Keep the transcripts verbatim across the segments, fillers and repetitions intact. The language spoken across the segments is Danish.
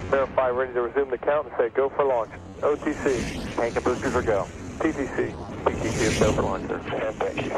Verify, ready to resume the count and say go for launch. O T C, tank and boosters are go. T T C, T T C is go for launch, sir. And thank you.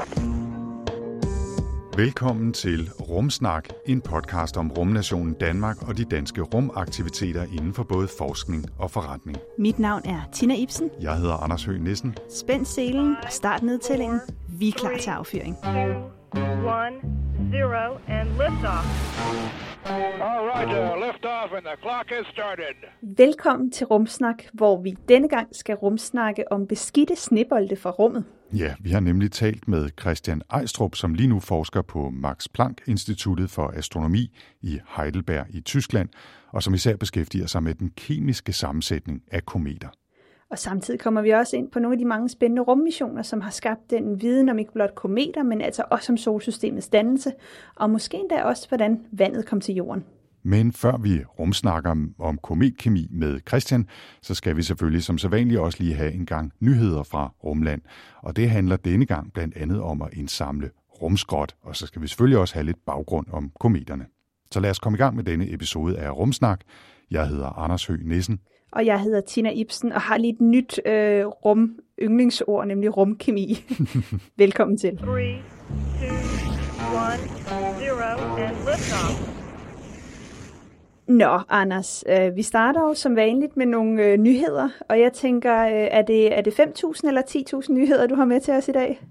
Velkommen til Rumsnak, en podcast om rumnationen Danmark og de danske rumaktiviteter inden for både forskning og forretning. Mit navn er Tina Ibsen. Jeg hedder Anders Høgh Nissen. Spænd selen og start nedtællingen. Vi er klar til affyring. one, zero, and liftoff. All right, uh, lift off and the clock is started. Velkommen til Rumsnak, hvor vi denne gang skal rumsnakke om beskidte snebolde fra rummet. Ja, vi har nemlig talt med Christian Eistrup, som lige nu forsker på Max Planck Instituttet for Astronomi i Heidelberg i Tyskland, og som især beskæftiger sig med den kemiske sammensætning af kometer. Og samtidig kommer vi også ind på nogle af de mange spændende rummissioner, som har skabt den viden om ikke blot kometer, men altså også om solsystemets dannelse, og måske endda også, hvordan vandet kom til jorden. Men før vi rumsnakker om kometkemi med Christian, så skal vi selvfølgelig som sædvanligt også lige have en gang nyheder fra rumland. Og det handler denne gang blandt andet om at indsamle rumskrot, og så skal vi selvfølgelig også have lidt baggrund om kometerne. Så lad os komme i gang med denne episode af Rumsnak. Jeg hedder Anders Høgh Nissen. Og jeg hedder Tina Ibsen og har lige et nyt øh, rum-yndlingsord, nemlig rumkemi. Velkommen til. three, two, one, zero, and liftoff. Nå, Anders, øh, vi starter jo som vanligt med nogle øh, nyheder, og jeg tænker, øh, er det, er det fem tusind eller ti tusind nyheder, du har med til os i dag?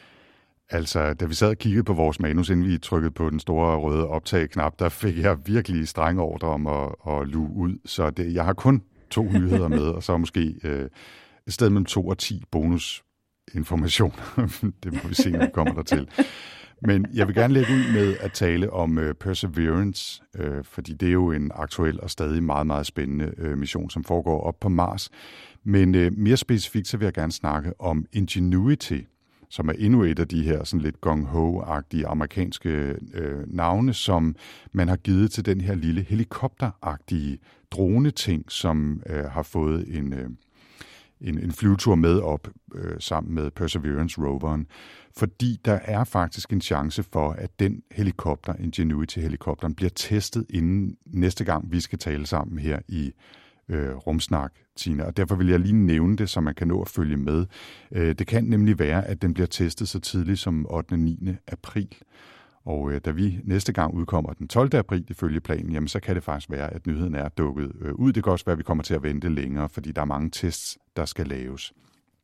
Altså, da vi sad og kiggede på vores manus, inden vi trykkede på den store røde optag-knap, der fik jeg virkelig strenge ordre om at, at luge ud. Så det, jeg har kun to nyheder med, og så måske øh, et sted mellem to og ti bonusinformationer. Det må vi se, når vi kommer der til. Men jeg vil gerne lægge ud med at tale om uh, Perseverance, uh, fordi det er jo en aktuel og stadig meget, meget spændende uh, mission, som foregår op på Mars. Men uh, mere specifikt så vil jeg gerne snakke om Ingenuity, som er endnu et af de her sådan lidt gung-ho-agtige amerikanske uh, navne, som man har givet til den her lille helikopteragtige droneting, som uh, har fået en... Uh, En, en flyvetur med op øh, sammen med Perseverance-roveren, fordi der er faktisk en chance for, at den helikopter, Ingenuity-helikopteren, bliver testet inden næste gang, vi skal tale sammen her i øh, Rumsnak, Tina. Og derfor vil jeg lige nævne det, så man kan nå at følge med. Øh, det kan nemlig være, at den bliver testet så tidligt som ottende og niende april. Og øh, da vi næste gang udkommer den tolvte april ifølge planen, jamen så kan det faktisk være, at nyheden er dukket øh, ud. Det kan også være, at vi kommer til at vente længere, fordi der er mange tests, der skal laves.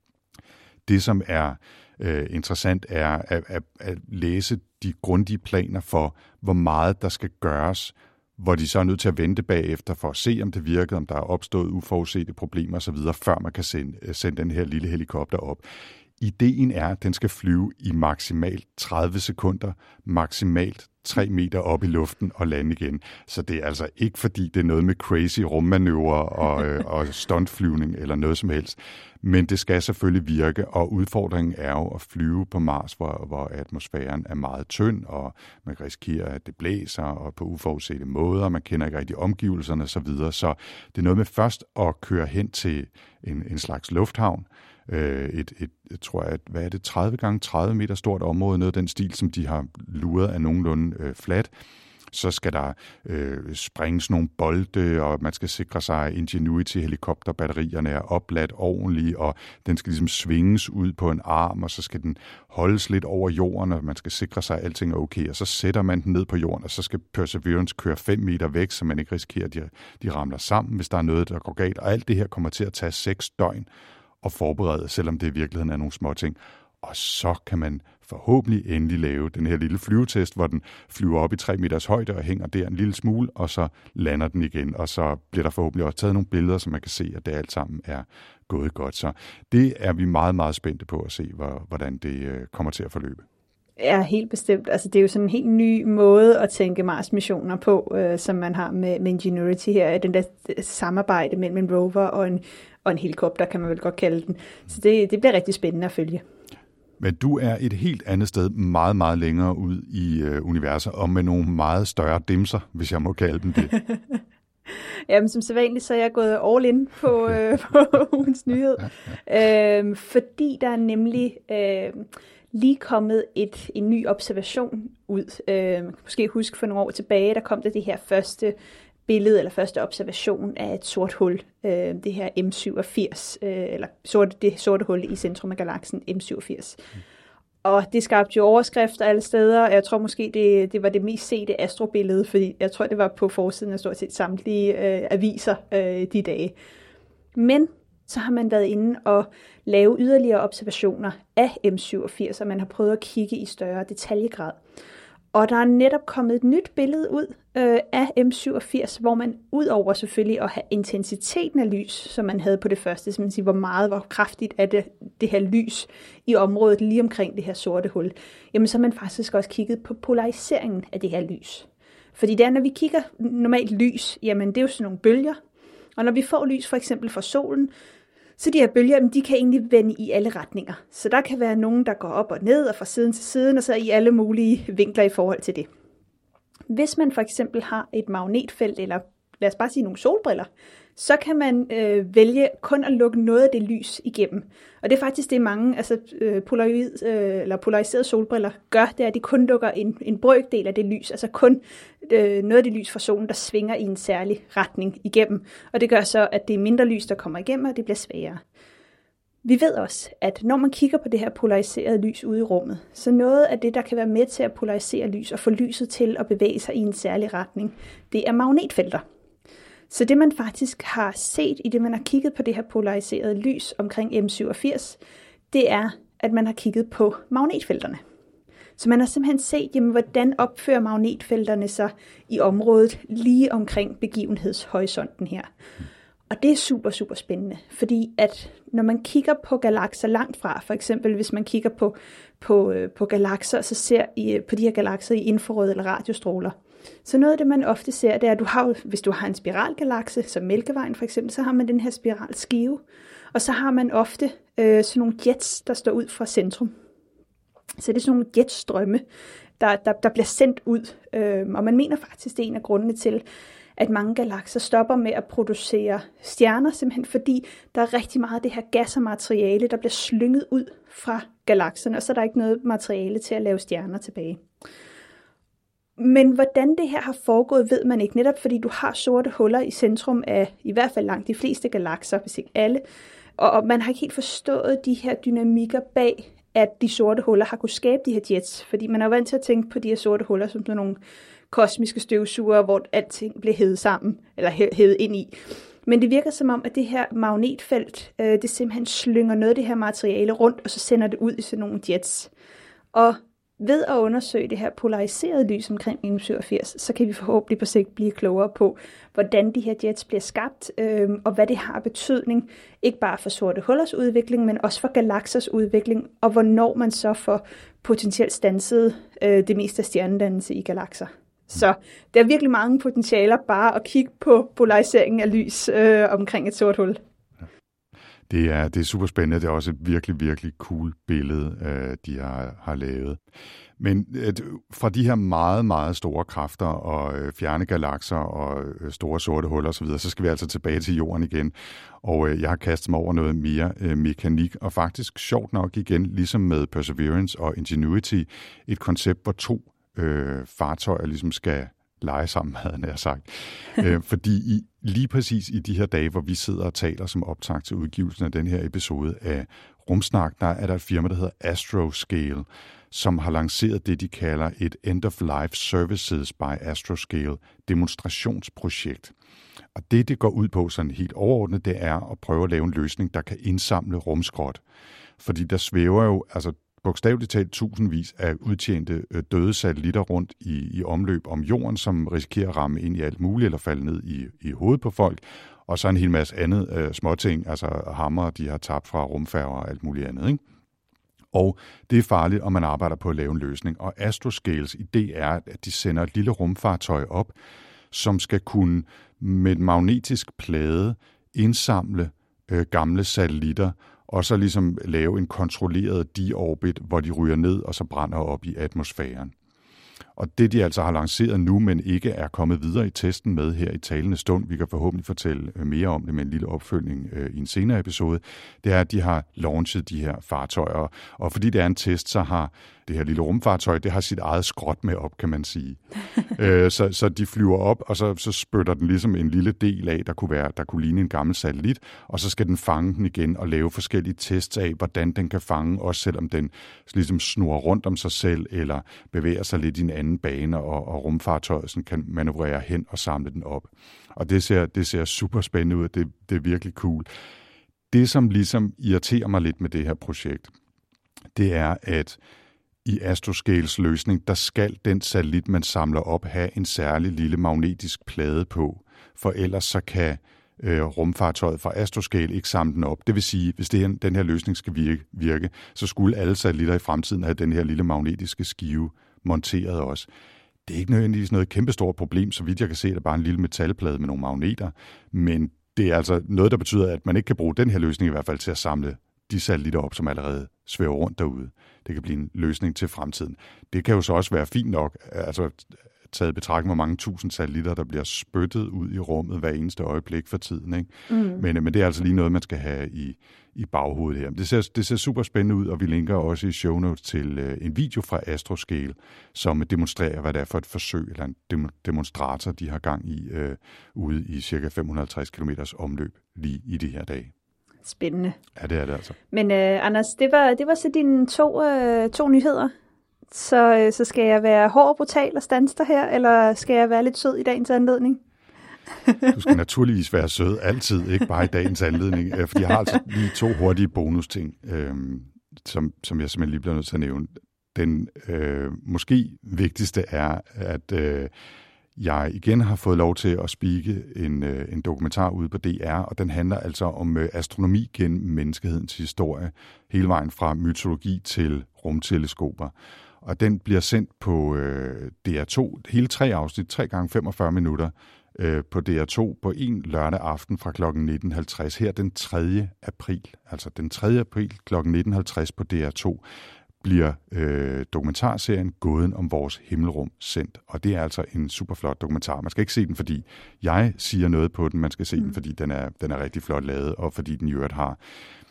Det, som er øh, interessant, er at, at, at læse de grundige planer for, hvor meget der skal gøres, hvor de så er nødt til at vente bagefter for at se, om det virker, om der er opstået uforudsete problemer osv., før man kan sende, sende den her lille helikopter op. Ideen er, at den skal flyve i maksimalt tredive sekunder, maksimalt tre meter op i luften og lande igen. Så det er altså ikke, fordi det er noget med crazy rummanøvrer og, øh, og stuntflyvning eller noget som helst. Men det skal selvfølgelig virke, og udfordringen er jo at flyve på Mars, hvor, hvor atmosfæren er meget tynd, og man kan risikere, at det blæser og på uforudsete måder, man kender ikke rigtig omgivelserne osv. Så, videre. Så det er noget med først at køre hen til en, en slags lufthavn, Et, et, jeg tror, at, hvad er det, tredive gange tredive meter stort område, noget af den stil, som de har luret af nogenlunde øh, flat. Så skal der øh, sprænges nogle bolde, og man skal sikre sig, at Ingenuity-helikopterbatterierne er opladt ordentligt, og den skal ligesom svinges ud på en arm, og så skal den holdes lidt over jorden, og man skal sikre sig, at alting er okay. Og så sætter man den ned på jorden, og så skal Perseverance køre fem meter væk, så man ikke risikerer, at de, de ramler sammen, hvis der er noget, der går galt. Og alt det her kommer til at tage seks døgn og forberede, selvom det i virkeligheden er nogle små ting. Og så kan man forhåbentlig endelig lave den her lille flyvetest, hvor den flyver op i tre meters højde og hænger der en lille smule, og så lander den igen, og så bliver der forhåbentlig også taget nogle billeder, så man kan se, at det alt sammen er gået godt. Så det er vi meget, meget spændte på at se, hvordan det kommer til at forløbe. Ja, helt bestemt. Altså, det er jo sådan en helt ny måde at tænke Mars-missioner på, øh, som man har med, med Ingenuity her. Den der samarbejde mellem en rover og en, og en helikopter, kan man vel godt kalde den. Så det, det bliver rigtig spændende at følge. Men du er et helt andet sted, meget, meget længere ud i øh, universet, og med nogle meget større dimser, hvis jeg må kalde dem det. Jamen, som sædvanligt, så er jeg gået all in på, øh, på ugens nyhed. Øh, fordi der er nemlig øh, lige kommet et, en ny observation ud. Øh, man kan måske huske for nogle år tilbage, der kom der det her første billede eller første observation af et sort hul, øh, det her M syvogfirs, øh, eller sorte, det sorte hul i centrum af galaksen M syvogfirs. Mm. Og det skabte jo overskrifter alle steder, og jeg tror måske, det, det var det mest sete astrobillede, fordi jeg tror, det var på forsiden af stort set samtlige øh, aviser øh, de dage. Men så har man været inde og lave yderligere observationer af M syvogfirs, og man har prøvet at kigge i større detaljegrad. Og der er netop kommet et nyt billede ud øh, af M syvogfirs, hvor man udover selvfølgelig at have intensiteten af lys, som man havde på det første, som man siger, hvor meget, hvor kraftigt er det, det her lys i området lige omkring det her sorte hul, jamen så har man faktisk også kigget på polariseringen af det her lys. Fordi der, når vi kigger normalt lys, jamen det er jo sådan nogle bølger, og når vi får lys for eksempel fra solen, så de her bølger, de kan egentlig vende i alle retninger. Så der kan være nogen, der går op og ned og fra siden til siden, og så i alle mulige vinkler i forhold til det. Hvis man for eksempel har et magnetfelt, eller lad os bare sige nogle solbriller, så kan man øh, vælge kun at lukke noget af det lys igennem. Og det er faktisk det, mange altså, øh, polaris, øh, eller polariserede solbriller gør, det er, at de kun lukker en, en brøkdel af det lys, altså kun øh, noget af det lys fra solen, der svinger i en særlig retning igennem. Og det gør så, at det er mindre lys, der kommer igennem, og det bliver svagere. Vi ved også, at når man kigger på det her polariserede lys ude i rummet, så noget af det, der kan være med til at polarisere lys og få lyset til at bevæge sig i en særlig retning, det er magnetfelter. Så det man faktisk har set i det, man har kigget på det her polariserede lys omkring M syvogfirs, det er, at man har kigget på magnetfelterne. Så man har simpelthen set, jamen, hvordan opfører magnetfelterne sig i området lige omkring begivenhedshorisonten her. Og det er super, super spændende, fordi at når man kigger på galakser langt fra, for eksempel hvis man kigger på, på, på galakser, så ser I på de her galakser i infrarød eller radiostråler, så noget af det, man ofte ser, det er, at du har, hvis du har en spiralgalakse, som Mælkevejen for eksempel, så har man den her spiralskive, og så har man ofte øh, sådan nogle jets, der står ud fra centrum. Så det er sådan nogle jetstrømme, der, der, der bliver sendt ud, øh, og man mener faktisk, det er en af grundene til, at mange galakser stopper med at producere stjerner, simpelthen fordi der er rigtig meget af det her gas og materiale, der bliver slynget ud fra galakserne, og så er der ikke noget materiale til at lave stjerner tilbage. Men hvordan det her har foregået, ved man ikke, netop fordi du har sorte huller i centrum af i hvert fald langt de fleste galakser, hvis ikke alle, og man har ikke helt forstået de her dynamikker bag, at de sorte huller har kunnet skabe de her jets, fordi man er vant til at tænke på de her sorte huller som sådan nogle kosmiske støvsugere, hvor alting bliver hævet sammen, eller hævet ind i. Men det virker som om, at det her magnetfelt, øh, det simpelthen slynger noget af det her materiale rundt, og så sender det ud i sådan nogle jets. Og ved at undersøge det her polariserede lys omkring M syvogfirs, så kan vi forhåbentlig på sigt blive klogere på, hvordan de her jets bliver skabt, øh, og hvad det har betydning, ikke bare for sorte hullers udvikling, men også for galaksers udvikling, og hvornår man så får potentielt standset øh, det meste af stjernedannelse i galakser. Så der er virkelig mange potentialer bare at kigge på polariseringen af lys øh, omkring et sort hul. Det er, det er super spændende. Det er også et virkelig, virkelig cool billede, øh, de har, har lavet. Men øh, fra de her meget, meget store kræfter og øh, fjerne galakser og øh, store sorte huller osv., så skal vi altså tilbage til jorden igen. Og øh, jeg har kastet mig over noget mere øh, mekanik, og faktisk sjovt nok igen, ligesom med Perseverance og Ingenuity, et koncept, hvor to øh, fartøjer ligesom skal lege sammen, havde jeg sagt. øh, fordi i, lige præcis i de her dage, hvor vi sidder og taler som optakt til udgivelsen af den her episode af Rumsnak, der er der et firma, der hedder Astroscale, som har lanceret det, de kalder et End of Life Services by Astroscale demonstrationsprojekt. Og det, det går ud på sådan helt overordnet, det er at prøve at lave en løsning, der kan indsamle rumskrot. Fordi der svæver jo, altså bogstaveligt talt tusindvis af udtjente døde satellitter rundt i, i omløb om jorden, som risikerer at ramme ind i alt muligt eller falde ned i, i hovedet på folk. Og så en hel masse andet øh, småting, altså hammer, de har tabt fra rumfærger og alt muligt andet, ikke? Og det er farligt, og man arbejder på at lave en løsning. Og Astroscales idé er, at de sender et lille rumfartøj op, som skal kunne med en magnetisk plade indsamle øh, gamle satellitter, og så ligesom lave en kontrolleret deorbit, hvor de ryger ned og så brænder op i atmosfæren. Og det, de altså har lanceret nu, men ikke er kommet videre i testen med her i talende stund, vi kan forhåbentlig fortælle mere om det med en lille opfølgning øh, i en senere episode, det er, at de har launchet de her fartøjer. Og fordi det er en test, så har det her lille rumfartøj, det har sit eget skrot med op, kan man sige. øh, så, så de flyver op, og så, så spytter den ligesom en lille del af, der kunne, være, der kunne ligne en gammel satellit, og så skal den fange den igen og lave forskellige tests af, hvordan den kan fange, også selvom den ligesom snurrer rundt om sig selv, eller bevæger sig lidt i en anden bane, og, og rumfartøjet sådan kan manøvrere hen og samle den op. Og det ser, det ser super spændende ud, det, det er virkelig cool. Det, som ligesom irriterer mig lidt med det her projekt, det er, at i Astroscales løsning, der skal den satellit, man samler op, have en særlig lille magnetisk plade på, for ellers så kan øh, rumfartøjet fra Astroscale ikke samle den op. Det vil sige, hvis det her, den her løsning skal virke, virke, så skulle alle satellitter i fremtiden have den her lille magnetiske skive monteret også. Det er ikke nødvendigvis noget kæmpestort problem, så vidt jeg kan se, det er bare en lille metalplade med nogle magneter, men det er altså noget, der betyder, at man ikke kan bruge den her løsning i hvert fald til at samle de satellitter op, som allerede svæver rundt derude. Det kan blive en løsning til fremtiden. Det kan jo så også være fint nok, altså taget i betragtning, hvor mange tusind satellitter, der bliver spyttet ud i rummet hver eneste øjeblik for tiden. Ikke? Mm. Men, men det er altså lige noget, man skal have i, i baghovedet her. Det ser, det ser super spændende ud, og vi linker også i show notes til uh, en video fra Astroscale, som demonstrerer, hvad det er for et forsøg, eller en demonstrator, de har gang i uh, ude i cirka fem hundrede og halvtreds kilometers omløb lige i de her dage. Spændende. Ja, det er det altså. Men uh, Anders, det var, det var så dine to, uh, to nyheder. Så, så skal jeg være hård og brutal og stands dig her, eller skal jeg være lidt sød i dagens anledning? Du skal naturligvis være sød altid, ikke bare i dagens anledning, fordi jeg har altså lige to hurtige bonusting, øhm, som, som jeg simpelthen lige bliver nødt til at nævne. Den øh, måske vigtigste er, at øh, jeg igen har fået lov til at speake en, øh, en dokumentar ude på D R, og den handler altså om øh, astronomi gennem menneskehedens historie, hele vejen fra mytologi til rumteleskoper. Og den bliver sendt på øh, D R to, hele tre afsnit, tre gange femogfyrre minutter øh, på D R to på en lørdag aften fra klokken nitten halvtreds. Her den tredje april, altså den tredje april klokken nitten halvtreds på D R to, bliver øh, dokumentarserien Gåden om vores himmelrum sendt. Og det er altså en super flot dokumentar. Man skal ikke se den, fordi jeg siger noget på den. Man skal se mm. den, fordi den er, den er rigtig flot lavet, og fordi den i øvrigt har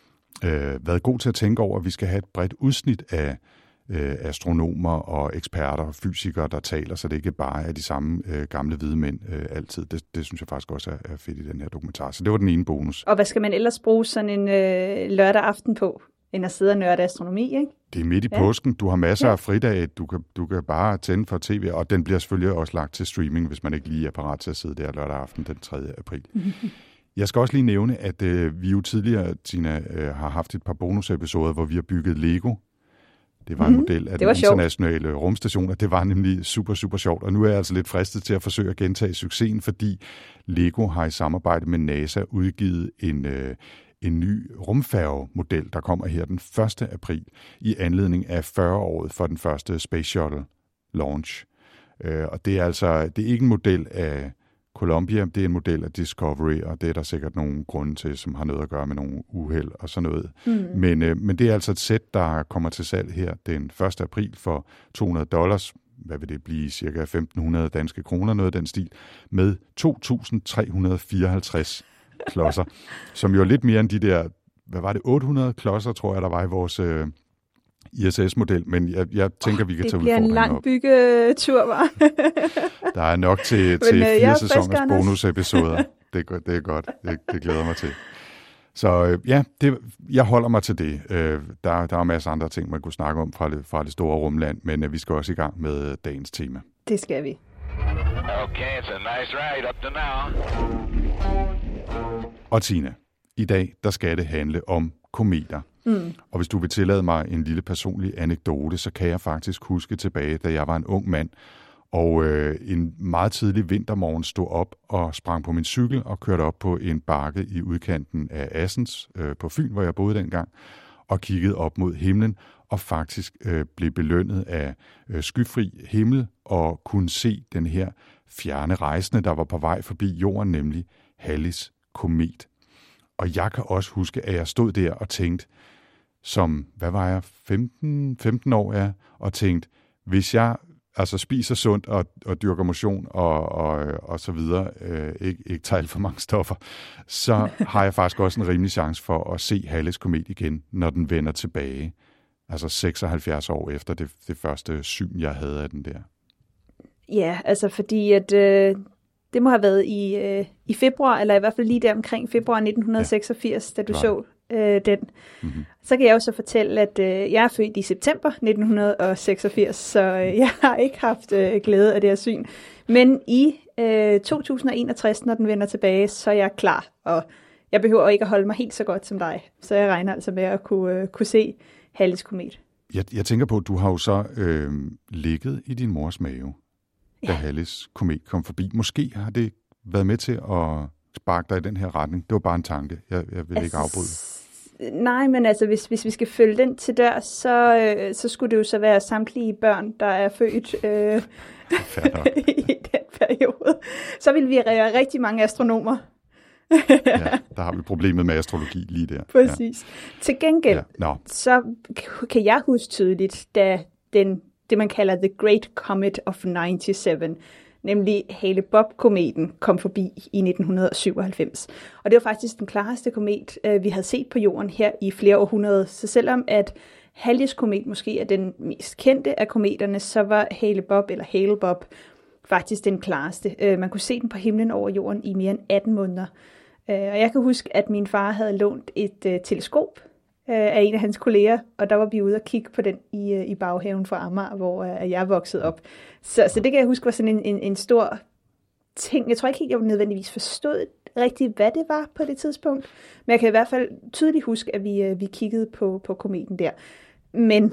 øh, været god til at tænke over, at vi skal have et bredt udsnit af øh, astronomer og eksperter og fysikere, der taler, så det ikke bare er de samme øh, gamle hvide mænd øh, altid. Det, det synes jeg faktisk også er, er fedt i den her dokumentar. Så det var den ene bonus. Og hvad skal man ellers bruge sådan en øh, lørdag aften på, end at sidde og nørde astronomi, ikke? Det er midt i ja. påsken. Du har masser ja. af fridage. Du kan, du kan bare tænde for tv, og den bliver selvfølgelig også lagt til streaming, hvis man ikke lige er parat til at sidde der lørdag aften den tredje april. Jeg skal også lige nævne, at øh, vi jo tidligere, Tina, øh, har haft et par bonusepisoder, hvor vi har bygget Lego. Det var en mm-hmm. model af den internationale sjovt. rumstation, og det var nemlig super, super sjovt. Og nu er jeg altså lidt fristet til at forsøge at gentage succesen, fordi Lego har i samarbejde med NASA udgivet en, øh, en ny rumfærgemodel, der kommer her den første april, i anledning af fyrre-året for den første Space Shuttle launch. Øh, og det er altså det er ikke en model af Columbia, det er en model af Discovery, og det er der sikkert nogle grunde til, som har noget at gøre med nogle uheld og sådan noget. Mm. Men, øh, men det er altså et sæt, der kommer til salg her den første april for to hundrede dollars. Hvad vil det blive? Cirka femten hundrede danske kroner, noget af den stil, med to tusind tre hundrede og fireoghalvtreds klodser, som jo er lidt mere end de der, hvad var det, otte hundrede klodser, tror jeg, der var i vores øh, I S S-model, men jeg, jeg tænker, oh, vi kan tage udfordringen op. Det bliver en lang byggetur, var. Der er nok til, til men, fire sæsoners bonusepisoder. Det, det er godt. Det, det glæder mig til. Så øh, ja, det, jeg holder mig til det. Øh, der, der er masser af andre ting, man kunne snakke om fra det, fra det store rumland, men øh, vi skal også i gang med dagens tema. Det skal vi. Okay, it's a nice ride up to now. Og Tina, i dag, der skal det handle om kometer. Mm. Og hvis du vil tillade mig en lille personlig anekdote, så kan jeg faktisk huske tilbage, da jeg var en ung mand, og øh, en meget tidlig vintermorgen stod op og sprang på min cykel og kørte op på en bakke i udkanten af Assens øh, på Fyn, hvor jeg boede dengang, og kiggede op mod himlen, og faktisk øh, blev belønnet af øh, skyfri himmel, og kunne se den her fjerne rejsende, der var på vej forbi jorden, nemlig Halleys komet. Og jeg kan også huske, at jeg stod der og tænkte, som, hvad var jeg, femten, femten år er, og tænkte, hvis jeg altså spiser sundt og, og dyrker motion og, og, og så videre, øh, ikke, ikke tager alt for mange stoffer, så har jeg faktisk også en rimelig chance for at se Halleys komet igen, når den vender tilbage Altså seksoghalvfjerds år efter det, det første syn, jeg havde af den der. Ja, altså fordi at øh, det må have været i, øh, i februar, eller i hvert fald lige der omkring februar nitten seksogfirs, ja, da du right. så øh, den. Mm-hmm. Så kan jeg jo så fortælle, at øh, jeg er født i september nitten seksogfirs, så øh, jeg har ikke haft øh, glæde af det her syn. Men i øh, to tusind enogtres, når den vender tilbage, så er jeg klar, og jeg behøver ikke at holde mig helt så godt som dig. Så jeg regner altså med at kunne, øh, kunne se Halles komet. Jeg, jeg tænker på, at du har jo så øh, ligget i din mors mave, da ja. Halles komet kom forbi. Måske har det været med til at sparke dig i den her retning. Det var bare en tanke. Jeg, jeg vil altså, ikke afbryde. Nej, men altså, hvis, hvis vi skal følge den til dør, så, øh, så skulle det jo så være samtlige børn, der er født øh, i den periode. Så vil vi være rigtig mange astronomer. Ja, der har vi problemet med astrologi lige der. Præcis. Ja. Til gengæld, ja. no. så kan jeg huske tydeligt, da den, det man kalder The Great Comet of ninety-seven, nemlig Hale-Bopp-kometen, kom forbi i nitten syvoghalvfems. Og det var faktisk den klareste komet, vi havde set på jorden her i flere århundreder. Så selvom at Halles komet måske er den mest kendte af kometerne, så var Hale-Bopp eller Hale-Bopp faktisk den klareste. Man kunne se den på himlen over jorden i mere end atten måneder. Og jeg kan huske, at min far havde lånt et teleskop af en af hans kolleger, og der var vi ude og kigge på den i, i baghaven fra Amager, hvor jeg voksede op. Så, så det kan jeg huske var sådan en, en, en stor ting. Jeg tror ikke helt, jeg nødvendigvis forstod rigtigt, hvad det var på det tidspunkt, men jeg kan i hvert fald tydeligt huske, at vi, vi kiggede på, på kometen der. Men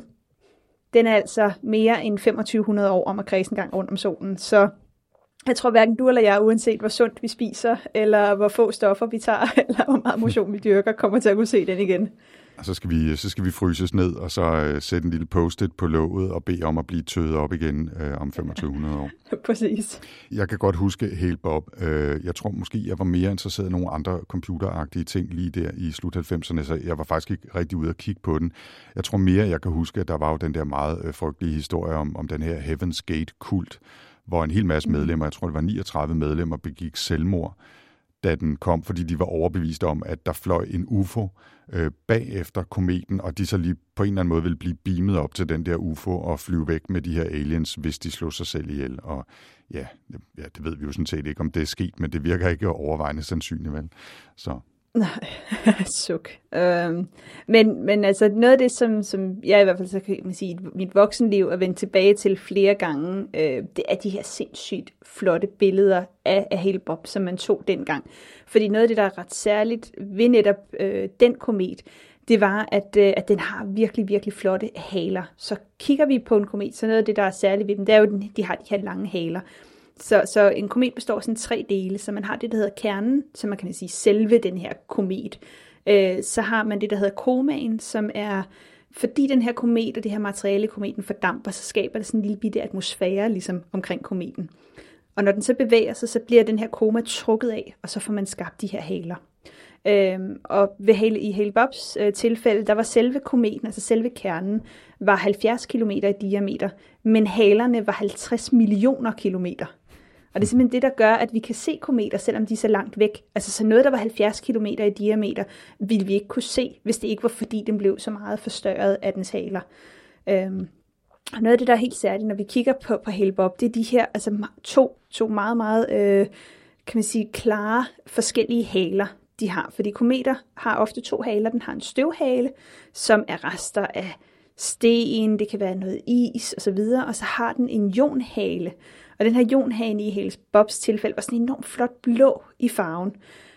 den er altså mere end femogtyve hundrede år om at kredse en gang rundt om solen, så jeg tror hverken du eller jeg, uanset hvor sundt vi spiser, eller hvor få stoffer vi tager, eller hvor meget motion vi dyrker, kommer til at kunne se den igen. Og så skal vi, så skal vi fryses ned, og så uh, sætte en lille post-it på låget, og bede om at blive tøet op igen uh, om femogtyve hundrede år. Præcis. Jeg kan godt huske Hale-Bopp. Uh, jeg tror måske, jeg var mere interesseret i nogle andre computeragtige ting lige der i slut halvfemserne, så jeg var faktisk ikke rigtig ude at kigge på den. Jeg tror mere, jeg kan huske, at der var jo den der meget uh, frygtelige historie om, om den her Heaven's Gate-kult, hvor en hel masse medlemmer, jeg tror det var niogtredive medlemmer, begik selvmord, da den kom, fordi de var overbevist om, at der fløj en U F O øh, bagefter kometen, og de så lige på en eller anden måde ville blive beamet op til den der U F O og flyve væk med de her aliens, hvis de slog sig selv ihjel. Og ja, ja, det ved vi jo sådan set ikke, om det er sket, men det virker ikke overvejende sandsynligt, vel? Så... Nej, suk. Øhm, men, men altså noget af det, som, som jeg i hvert fald så kan man sige, mit voksenliv er vendt tilbage til flere gange, øh, det er de her sindssygt flotte billeder af, af Hale-Bopp, som man tog dengang. Fordi noget af det, der er ret særligt ved netop øh, den komet, det var, at, øh, at den har virkelig, virkelig flotte haler. Så kigger vi på en komet, så noget af det, der er særligt ved dem, det er jo, at de har de her lange haler. Så, så en komet består af sådan tre dele, så man har det, der hedder kernen, som man kan sige selve den her komet. Øh, så har man det, der hedder komaen, som er, fordi den her komet og det her materiale i kometen fordamper, så skaber det sådan en lille bitte atmosfære ligesom omkring kometen. Og når den så bevæger sig, så bliver den her koma trukket af, og så får man skabt de her haler. Øhm, og ved Hale, i Hale-Bopps øh, tilfælde, der var selve kometen, altså selve kernen, var halvfjerds kilometer i diameter, men halerne var halvtreds millioner kilometer. Og det er simpelthen det, der gør, at vi kan se kometer, selvom de er så langt væk. Altså så noget, der var halvfjerds kilometer i diameter, ville vi ikke kunne se, hvis det ikke var, fordi den blev så meget forstørret af dens haler. Øhm, og noget af det, der er helt særligt, når vi kigger på, på Hale-Bopp, det er de her altså to, to meget, meget øh, kan man sige, klare, forskellige haler, de har. Fordi kometer har ofte to haler. Den har en støvhale, som er rester af sten, det kan være noget is osv., og så har den en ionhale. Og den her ionhale i Hale-Bopps tilfælde var sådan enormt flot blå i farven.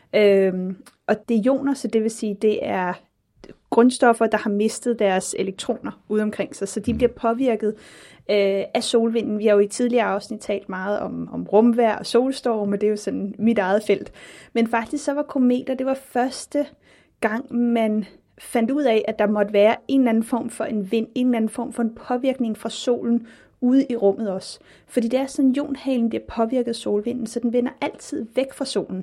Øhm, og det er ioner, så det vil sige, det er grundstoffer, der har mistet deres elektroner ude omkring sig, så de bliver påvirket øh, af solvinden. Vi har jo i tidligere afsnit talt meget om, om rumvejr og solstorme, det er jo sådan mit eget felt. Men faktisk så var kometer, det var første gang, man fandt ud af, at der måtte være en eller anden form for en vind, en eller anden form for en påvirkning fra solen ude i rummet også. Fordi det er sådan, at ionhalen bliver påvirket af solvinden, så den vender altid væk fra solen.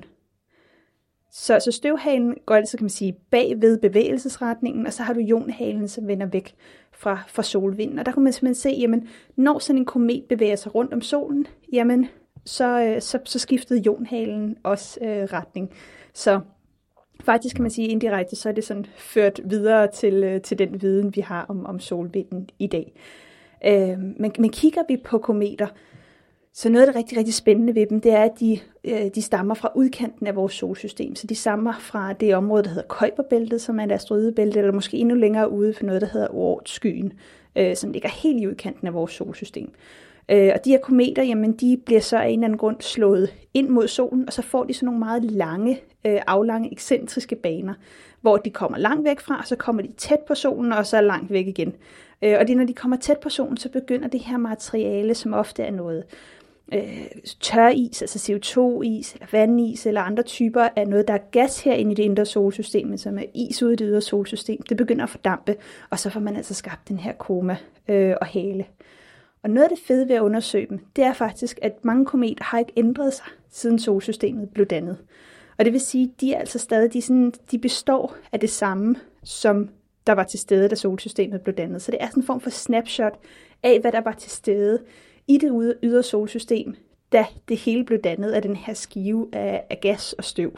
Så, så støvhalen går altså, kan man sige, bag ved bevægelsesretningen, og så har du ionhalen, som vender væk fra, fra solvinden. Og der kan man simpelthen se, jamen, når sådan en komet bevæger sig rundt om solen, jamen, så, så, så skiftede ionhalen også øh, retning. Så Faktisk kan man sige indirekte, så er det sådan ført videre til, til den viden, vi har om, om solvinden i dag. Øh, men, men kigger vi på kometer, så noget af det rigtig, rigtig spændende ved dem, det er, at de, øh, de stammer fra udkanten af vores solsystem. Så de stammer fra det område, der hedder Kuiperbæltet, som er et asteroidebælte, eller måske endnu længere ude for noget, der hedder Oortskyen, øh, som ligger helt i udkanten af vores solsystem. Øh, og de her kometer, jamen, de bliver så af en eller anden grund slået ind mod solen, og så får de sådan nogle meget lange, øh, aflange, ekscentriske baner, hvor de kommer langt væk fra, og så kommer de tæt på solen, og så langt væk igen. Øh, og det, når de kommer tæt på solen, så begynder det her materiale, som ofte er noget øh, tøris, altså C O to is, eller vandis, eller andre typer af noget, der er gas herinde i det indre solsystem, som er is ude i det ydre solsystem, det begynder at fordampe, og så får man altså skabt den her koma øh, og hale. Og noget af det fede ved at undersøge dem, det er faktisk, at mange kometer har ikke ændret sig, siden solsystemet blev dannet. Og det vil sige, at de er altså stadig, de, sådan, de består af det samme, som der var til stede, da solsystemet blev dannet. Så det er sådan en form for snapshot af, hvad der var til stede i det ydre solsystem, da det hele blev dannet af den her skive af, af gas og støv.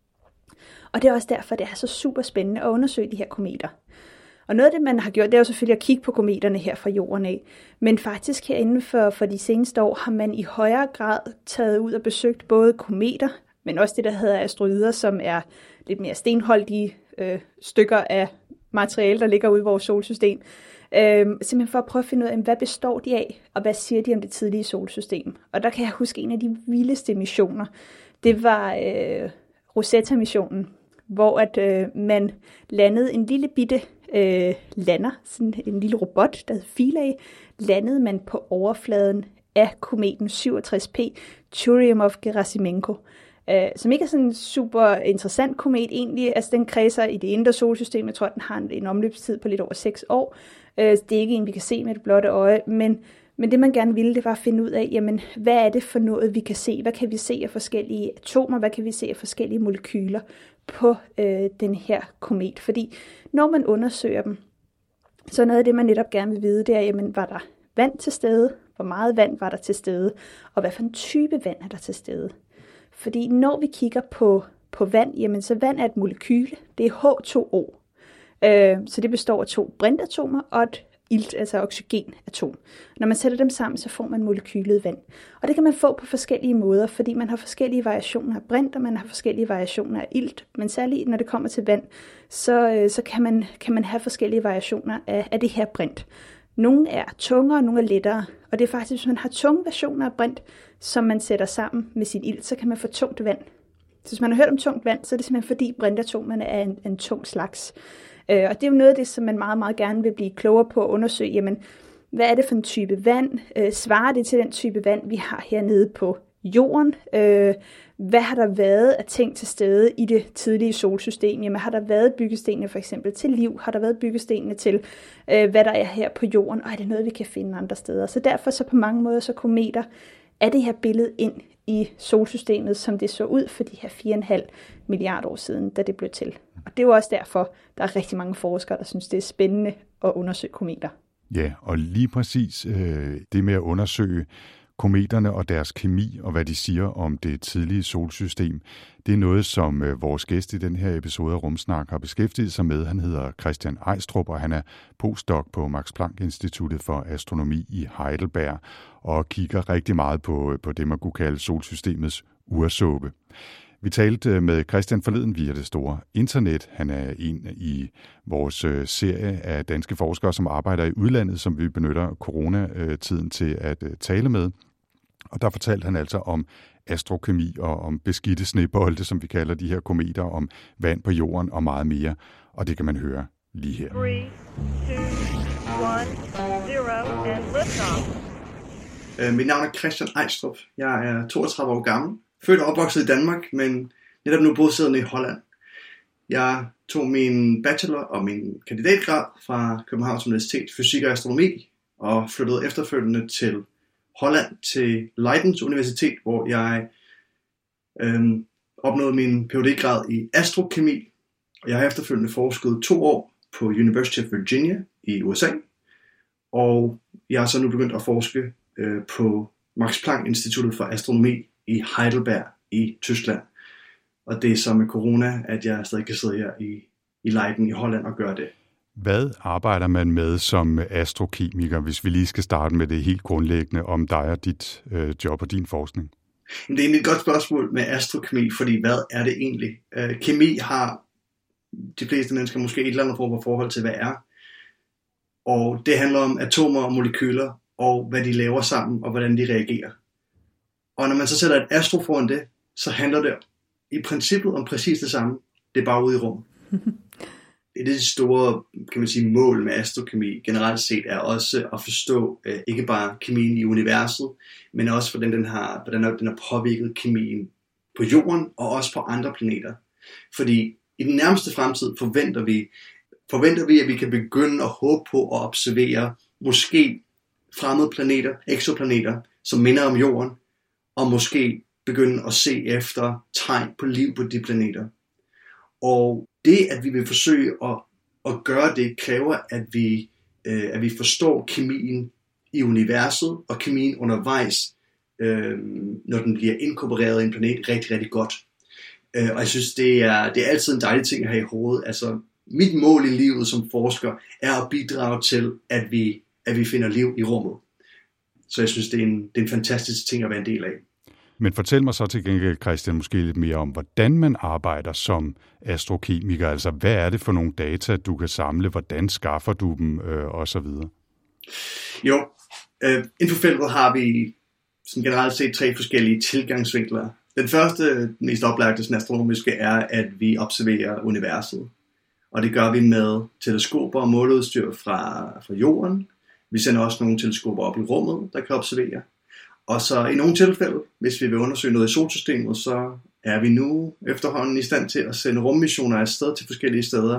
Og det er også derfor, det er så super spændende at undersøge de her kometer. Og noget af det, man har gjort, det er jo selvfølgelig at kigge på kometerne her fra jorden af. Men faktisk her inden for, for de seneste år har man i højere grad taget ud og besøgt både kometer, men også det, der hedder asteroider, som er lidt mere stenholdige øh, stykker af materiale, der ligger ude i vores solsystem. Øh, simpelthen for at prøve at finde ud af, hvad består de af, og hvad siger de om det tidlige solsystem. Og der kan jeg huske en af de vildeste missioner. Det var øh, Rosetta-missionen, hvor at øh, man landede en lille bitte øh, lander, sådan en lille robot, der hed Philae, landede man på overfladen af kometen syvogtres P Churyumov-Gerasimenko, øh, som ikke er sådan en super interessant komet egentlig. Altså den kredser i det indre solsystem. Jeg tror, den har en, en omløbstid på lidt over seks år. Øh, det er ikke en, vi kan se med det blotte øje, men Men det, man gerne ville, det var at finde ud af, jamen, hvad er det for noget, vi kan se? Hvad kan vi se af forskellige atomer? Hvad kan vi se af forskellige molekyler på øh, den her komet? Fordi når man undersøger dem, så noget af det, man netop gerne vil vide, det er, jamen, var der vand til stede? Hvor meget vand var der til stede? Og hvad for en type vand er der til stede? Fordi når vi kigger på, på vand, jamen, så vand er et molekyle. Det er H to O. Øh, så det består af to brintatomer og et ilt, altså oxygenatom. Når man sætter dem sammen, så får man molekylet vand. Og det kan man få på forskellige måder, fordi man har forskellige variationer af brint, og man har forskellige variationer af ilt. Men særligt når det kommer til vand, så, så kan, man, kan man have forskellige variationer af, af det her brint. Nogle er tungere, og nogle er lettere. Og det er faktisk, hvis man har tunge versioner af brint, som man sætter sammen med sit ilt, så kan man få tungt vand. Så hvis man har hørt om tungt vand, så er det simpelthen fordi brintatomerne er en, en tung slags. Øh, og det er jo noget af det, som man meget, meget gerne vil blive klogere på at undersøge. Jamen, hvad er det for en type vand? Øh, svarer det til den type vand, vi har hernede på jorden? Øh, hvad har der været af ting til stede i det tidlige solsystem? Jamen, har der været byggestenene for eksempel til liv? Har der været byggestenene til, øh, hvad der er her på jorden? Og er det noget, vi kan finde andre steder? Så derfor så på mange måder, så kometer er det her billede ind i solsystemet, som det så ud for de her fire komma fem milliarder år siden, da det blev til. Og det er jo også derfor, der er rigtig mange forskere, der synes, det er spændende at undersøge kometer. Ja, og lige præcis øh, det med at undersøge kometerne og deres kemi og hvad de siger om det tidlige solsystem, det er noget, som øh, vores gæst i den her episode af Rumsnak har beskæftiget sig med. Han hedder Christian Eistrup, og han er postdoc på Max Planck Instituttet for Astronomi i Heidelberg og kigger rigtig meget på, på det, man kunne kalde solsystemets ursuppe. Vi talte med Christian forleden via det store internet. Han er en i vores serie af danske forskere, som arbejder i udlandet, som vi benytter coronatiden til at tale med. Og der fortalte han altså om astrokemi og om beskidte snebolde, som vi kalder de her kometer, om vand på jorden og meget mere. Og det kan man høre lige her. Three, two, one, zero, and liftoff. Mit navn er Christian Eistrup. Jeg er toogtredive år gammel. Født og opvokset i Danmark, men netop nu bosiddende i Holland. Jeg tog min bachelor og min kandidatgrad fra Københavns Universitet Fysik og Astronomi og flyttede efterfølgende til Holland til Leidens Universitet, hvor jeg øhm, opnåede min P H D-grad i astrokemi. Og jeg har efterfølgende forsket to år på University of Virginia i U S A, og jeg har så nu begyndt at forske øh, på Max Planck Instituttet for Astronomi i Heidelberg i Tyskland. Og det er så med corona, at jeg stadig kan sidde her i, i Leiden i Holland og gøre det. Hvad arbejder man med som astrokemiker, hvis vi lige skal starte med det helt grundlæggende om dig og dit øh, job og din forskning? Det er egentlig et godt spørgsmål med astrokemi, fordi hvad er det egentlig? Øh, kemi har de fleste mennesker måske et eller andet form for forhold til, hvad er. Og det handler om atomer og molekyler, og hvad de laver sammen, og hvordan de reagerer. Og når man så sætter et astro foran det, så handler det i princippet om præcis det samme. Det er bare ude i rummet. Det er det store, kan man sige, mål med astrokemi generelt set, er også at forstå øh, ikke bare kemien i universet, men også hvordan den har, hvordan den har påvirket kemien på jorden, og også på andre planeter. Fordi i den nærmeste fremtid forventer vi, forventer vi, at vi kan begynde at håbe på at observere måske fremmede planeter, eksoplaneter, som minder om jorden, og måske begynde at se efter tegn på liv på de planeter. Og det, at vi vil forsøge at, at gøre det, kræver, at vi, øh, at vi forstår kemien i universet, og kemien undervejs, øh, når den bliver inkorporeret i en planet, rigtig, rigtig godt. Øh, og jeg synes, det er, det er altid en dejlig ting at have i hovedet. Altså, mit mål i livet som forsker, er at bidrage til, at vi, at vi finder liv i rummet. Så jeg synes, det er, en, det er en fantastisk ting at være en del af. Men fortæl mig så til gengæld, Christian, måske lidt mere om, hvordan man arbejder som astrokemiker. Altså, hvad er det for nogle data, du kan samle? Hvordan skaffer du dem, øh, og så videre? Jo, øh, inden for feltet har vi sådan generelt set tre forskellige tilgangsvinkler. Den første, den mest oplagte sådan astronomiske, er, at vi observerer universet. Og det gør vi med teleskoper og måleudstyr fra, fra jorden. Vi sender også nogle teleskoper op i rummet, der kan observere. Og så i nogle tilfælde, hvis vi vil undersøge noget i solsystemet, så er vi nu efterhånden i stand til at sende rummissioner afsted til forskellige steder.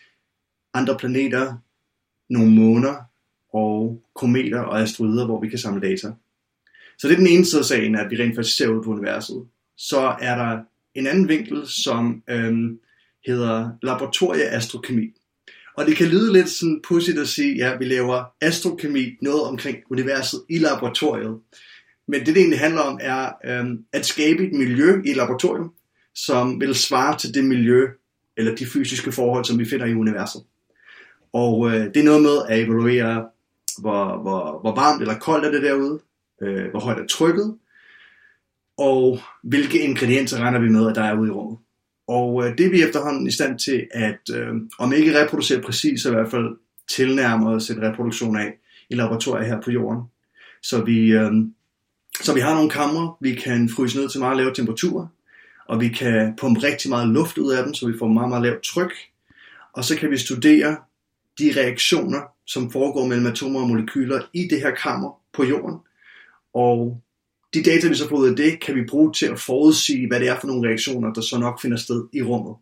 Andre planeter, nogle måner og kometer og asteroider, hvor vi kan samle data. Så det er den ene side af sagen, at vi rent faktisk ser ud på universet. Så er der en anden vinkel, som øhm, hedder laboratorieastrokemi. Og det kan lyde lidt sådan pudsigt at sige, ja, vi laver astrokemi, noget omkring universet i laboratoriet. Men det, det egentlig handler om, er øhm, at skabe et miljø i et laboratorium, som vil svare til det miljø, eller de fysiske forhold, som vi finder i universet. Og øh, det er noget med at evaluere, hvor, hvor, hvor varmt eller koldt er det derude, øh, hvor højt er trykket, og hvilke ingredienser regner vi med, at der er ude i rummet. Og øh, det er vi efterhånden i stand til at, øh, om ikke reproducere præcis, så i hvert fald tilnærme os en reproduktion af i laboratorier her på jorden. Så vi, øh, så vi har nogle kamre, vi kan fryse ned til meget lave temperaturer, og vi kan pumpe rigtig meget luft ud af dem, så vi får meget, meget lavt tryk. Og så kan vi studere de reaktioner, som foregår mellem atomer og molekyler i det her kammer på jorden. Og de data, vi så får ud af det, kan vi bruge til at forudsige, hvad det er for nogle reaktioner, der så nok finder sted i rummet.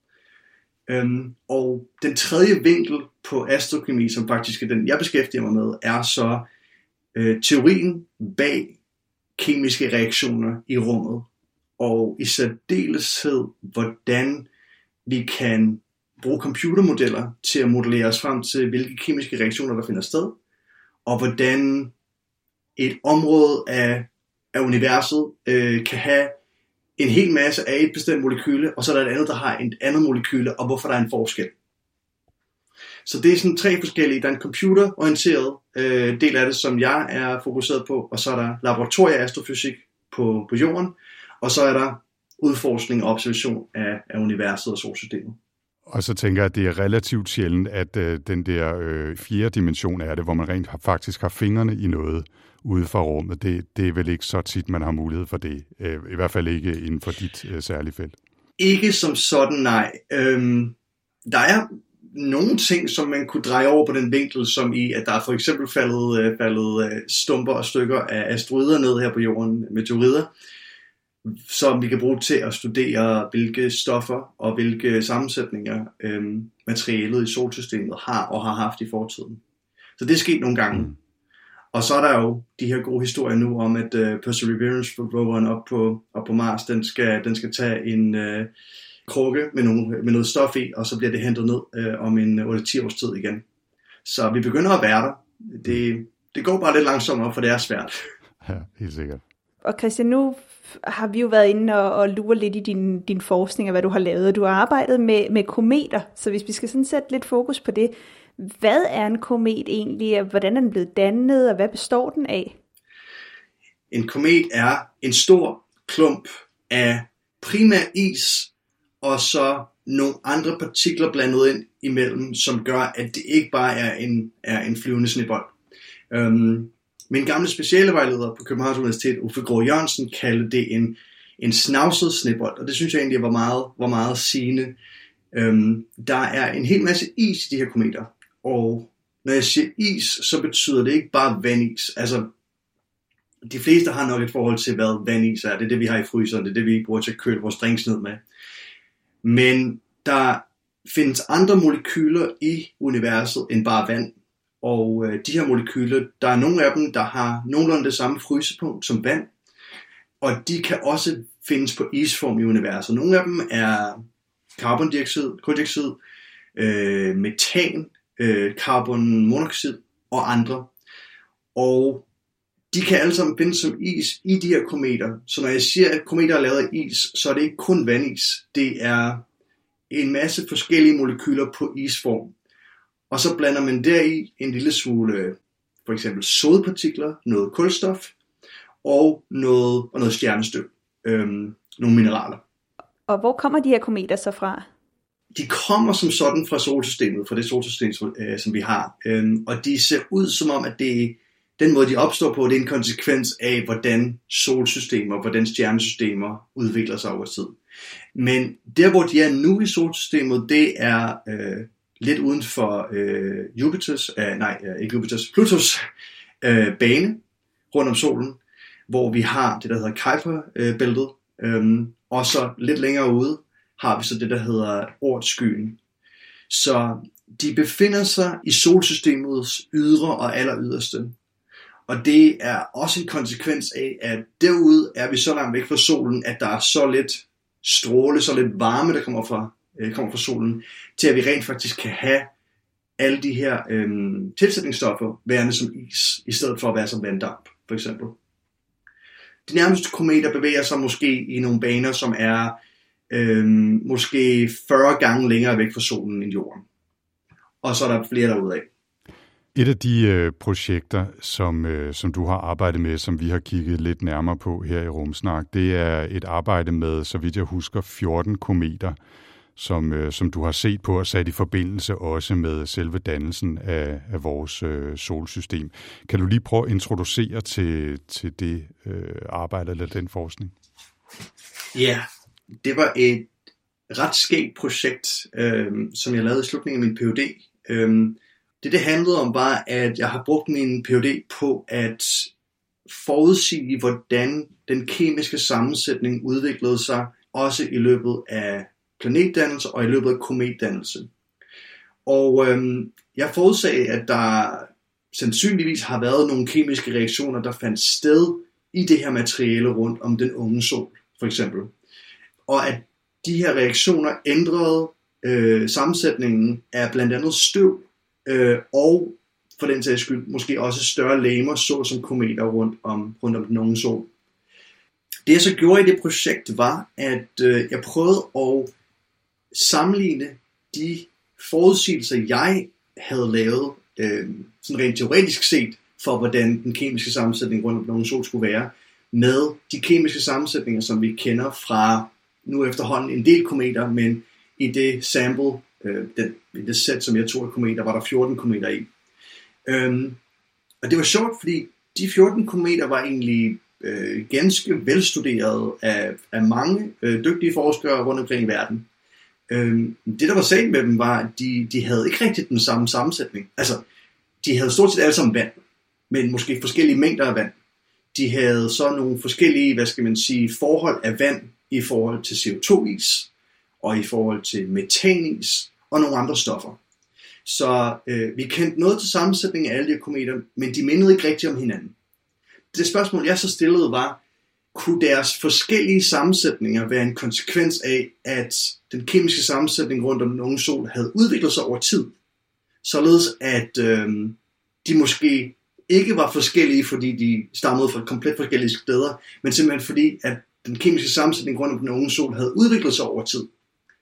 Øhm, og den tredje vinkel på astrokemi, som faktisk er den, jeg beskæftiger mig med, er så øh, teorien bag kemiske reaktioner i rummet. Og i særdeleshed, hvordan vi kan bruge computermodeller til at modellere os frem til, hvilke kemiske reaktioner, der finder sted, og hvordan et område af, af universet øh, kan have en hel masse af et bestemt molekyle, og så er der et andet, der har et andet molekyle, og hvorfor der er en forskel. Så det er sådan tre forskellige. Der er en computerorienteret øh, del af det, som jeg er fokuseret på, og så er der laboratorieastrofysik på, på jorden, og så er der udforskning og observation af, af universet og solsystemet. Og så tænker jeg, at det er relativt sjældent, at øh, den der øh, fjerde dimension er det, hvor man rent faktisk har fingrene i noget ude fra rummet. Det, det er vel ikke så tit, man har mulighed for det. Øh, I hvert fald ikke inden for dit øh, særlige felt. Ikke som sådan, nej. Øhm, der er nogle ting, som man kunne dreje over på den vinkel, som i, at der er for eksempel faldet, øh, faldet øh, stumper og stykker af asteroider ned her på jorden, meteorider, som vi kan bruge til at studere, hvilke stoffer og hvilke sammensætninger øhm, materialet i solsystemet har og har haft i fortiden. Så det er sket nogle gange. Mm. Og så er der jo de her gode historier nu om, at uh, Perseverance-roveren op på, op på Mars, den skal, den skal tage en uh, krukke med, nogle, med noget stof i, og så bliver det hentet ned uh, om en otte til ti års tid igen. Så vi begynder at være der. Det, det går bare lidt langsommere, for det er svært. Ja, helt sikkert. og Christian, nu har vi jo været inde og, og lure lidt i din, din forskning og hvad du har lavet. Du har arbejdet med, med kometer, så hvis vi skal sådan sætte lidt fokus på det, hvad er en komet egentlig, og hvordan er den blevet dannet, og hvad består den af? En komet er en stor klump af primær is, og så nogle andre partikler blandet ind imellem, som gør, at det ikke bare er en, er en flyvende snebold. Um, min gamle specialevejleder på Københavns Universitet, Uffe Grå Jørgensen, kaldte det en, en snavset snebold, og det synes jeg egentlig var meget, var meget sigende. Um, der er en hel masse is i de her kometer, og når jeg siger is, så betyder det ikke bare vandis. Altså, de fleste har nok et forhold til, hvad vandis er. Det er det, vi har i fryseren, det er det, vi bruger til at køle vores drinks ned med. Men der findes andre molekyler i universet end bare vand. Og øh, de her molekyler, der er nogle af dem, der har nogenlunde det samme frysepunkt som vand. Og de kan også findes på isform i universet. Nogle af dem er carbondioxid, koldioxid, øh, metan, øh, carbonmonoxid og andre. Og de kan alle sammen findes som is i de her kometer. Så når jeg siger, at kometer er lavet af is, så er det ikke kun vandis. Det er en masse forskellige molekyler på isform. Og så blander man deri en lille smule, for eksempel sodpartikler, noget kulstof og noget, og noget stjernestøv, øhm, nogle mineraler. Og hvor kommer de her kometer så fra? De kommer som sådan fra solsystemet, fra det solsystem, som vi har. Øhm, og de ser ud som om, at det den måde, de opstår på, det er en konsekvens af, hvordan solsystemer, hvordan stjernesystemer udvikler sig over tid. Men der, hvor de er nu i solsystemet, det er øh, lidt uden for øh, Jupiters, øh, nej, ikke Jupiters, Plutos øh, bane rundt om solen, hvor vi har det, der hedder Kuiper-bæltet, øh, og så lidt længere ude har vi så det, der hedder Oort-skyen. Så de befinder sig i solsystemets ydre og aller yderste. Og det er også en konsekvens af, at derude er vi så langt væk fra solen, at der er så lidt stråle, så lidt varme, der kommer fra, øh, kommer fra solen, til at vi rent faktisk kan have alle de her øh, tilsætningsstoffer værende som is, i stedet for at være som vanddamp, for eksempel. De nærmeste kometer bevæger sig måske i nogle baner, som er øh, måske fyrre gange længere væk fra solen end jorden. Og så er der flere derude af. Et af de øh, projekter, som, øh, som du har arbejdet med, som vi har kigget lidt nærmere på her i Rumsnak, det er et arbejde med, så vidt jeg husker, fjorten kometer, som, øh, som du har set på og sat i forbindelse også med selve dannelsen af, af vores øh, solsystem. Kan du lige prøve at introducere til, til det øh, arbejde eller den forskning? Ja, det var et ret skægt projekt, øh, som jeg lavede i slutningen af min Ph.D., øh, Det, det handlede om, var, at jeg har brugt min Ph.D. på at forudsige, hvordan den kemiske sammensætning udviklede sig, også i løbet af planetdannelse og i løbet af kometdannelse. Og øhm, jeg forudsagde, at der sandsynligvis har været nogle kemiske reaktioner, der fandt sted i det her materiale rundt om den unge sol, for eksempel. Og at de her reaktioner ændrede øh, sammensætningen af blandt andet støv, Øh, og for den sags skyld måske også større legemer, såsom kometer rundt om, rundt om den unge sol. Det jeg så gjorde i det projekt var, at øh, jeg prøvede at sammenligne de forudsigelser, jeg havde lavet, øh, sådan rent teoretisk set, for hvordan den kemiske sammensætning rundt om den unge sol skulle være, med de kemiske sammensætninger, som vi kender fra nu efterhånden en del kometer, men i det sample, øh, den, i det sæt, som jeg tog af kometer, var der fjorten kometer i. Øhm, og det var sjovt, fordi de fjorten kometer var egentlig øh, ganske velstuderet af, af mange øh, dygtige forskere rundt omkring i verden. Øhm, det, der var sagen med dem, var, at de, de havde ikke rigtig den samme sammensætning. Altså, de havde stort set alle sammen vand, men måske forskellige mængder af vand. De havde så nogle forskellige, hvad skal man sige, forhold af vand i forhold til C O to is, og i forhold til metanis, og nogle andre stoffer. Så øh, vi kendte noget til sammensætningen af alle de her kometer, men de mindede ikke rigtig om hinanden. Det spørgsmål, jeg så stillede, var, kunne deres forskellige sammensætninger være en konsekvens af, at den kemiske sammensætning rundt om den unge sol havde udviklet sig over tid, således at øh, de måske ikke var forskellige, fordi de stammede fra komplet forskellige steder, men simpelthen fordi, at den kemiske sammensætning rundt om den unge sol havde udviklet sig over tid.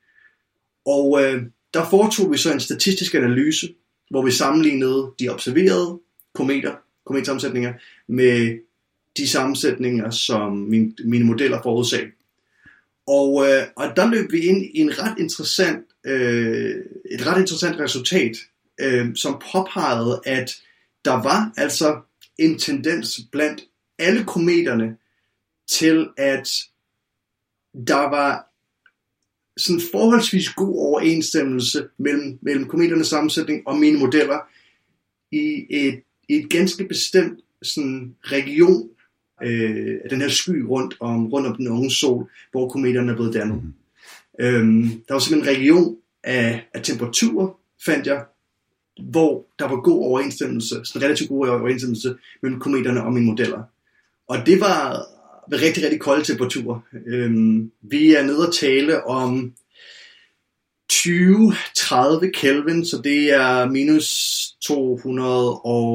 Og øh, der foretog vi så en statistisk analyse, hvor vi sammenlignede de observerede kometer, kometsammensætninger, med de sammensætninger, som mine, mine modeller forudsagde. Og, øh, og der løb vi ind i en ret interessant, øh, et ret interessant resultat, øh, som påpegede, at der var altså en tendens blandt alle kometerne til, at der var sådan forholdsvis god overensstemmelse mellem, mellem kometernes sammensætning og mine modeller i et, i et ganske bestemt sådan region øh, af den her sky rundt om, rundt om den unge sol, hvor kometerne er blevet dannet. Mm. Øhm, der var simpelthen en region af, af temperaturer, fandt jeg, hvor der var god overensstemmelse, sådan relativt god overensstemmelse mellem kometerne og mine modeller. Og det var rigtig, rigtig kolde temperaturer. Øhm, vi er nede at tale om tyve til tredive Kelvin, så det er minus to hundrede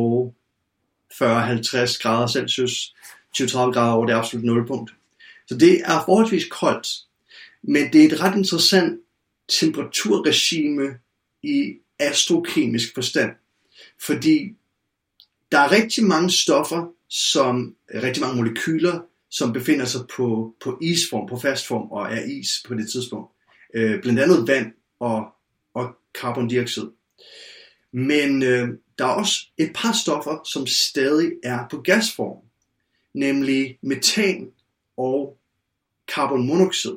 fyrre til halvtreds grader Celsius, tyve til tredive grader over det absolutte nulpunkt. Så det er forholdsvis koldt, men det er et ret interessant temperaturregime i astrokemisk forstand, fordi der er rigtig mange stoffer, som rigtig mange molekyler, som befinder sig på, på isform, på fastform og er is på det tidspunkt. Øh, blandt andet vand og, og carbondioxid. Men øh, der er også et par stoffer, som stadig er på gasform, nemlig metan og carbonmonoxid.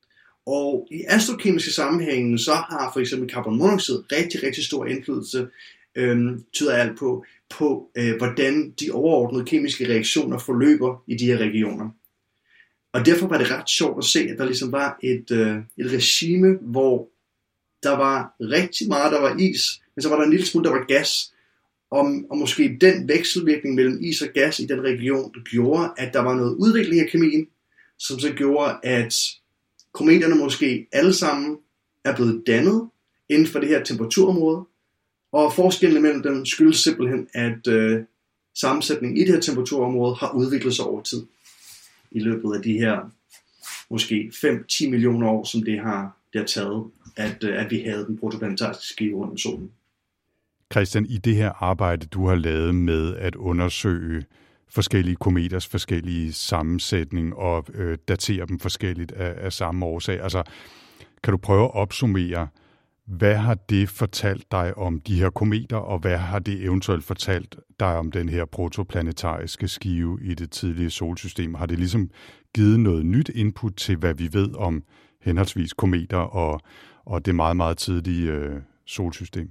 Og i astrokemiske sammenhænge, så har for eksempel carbonmonoxid rigtig, rigtig stor indflydelse, øhm, tyder alt på, på øh, hvordan de overordnede kemiske reaktioner forløber i de her regioner. Og derfor var det ret sjovt at se, at der ligesom var et, øh, et regime, hvor der var rigtig meget, der var is, men så var der en lille smule, der var gas. Og, og måske den vekselvirkning mellem is og gas i den region, der gjorde, at der var noget udvikling af kemien, som så gjorde, at kometerne måske alle sammen er blevet dannet inden for det her temperaturområde, og forskellen mellem dem skyldes simpelthen, at øh, sammensætningen i det her temperaturområde har udviklet sig over tid i løbet af de her måske fem til ti millioner år, som det har, det har taget, at, øh, at vi havde den protoplanetariske skive rundt om solen. Christian, i det her arbejde, du har lavet med at undersøge forskellige kometers forskellige sammensætning og øh, datere dem forskelligt af, af samme årsag. Altså, kan du prøve at opsummere, hvad har det fortalt dig om de her kometer, og hvad har det eventuelt fortalt dig om den her protoplanetariske skive i det tidlige solsystem? Har det ligesom givet noget nyt input til, hvad vi ved om henholdsvis kometer og, og det meget, meget tidlige øh, solsystem?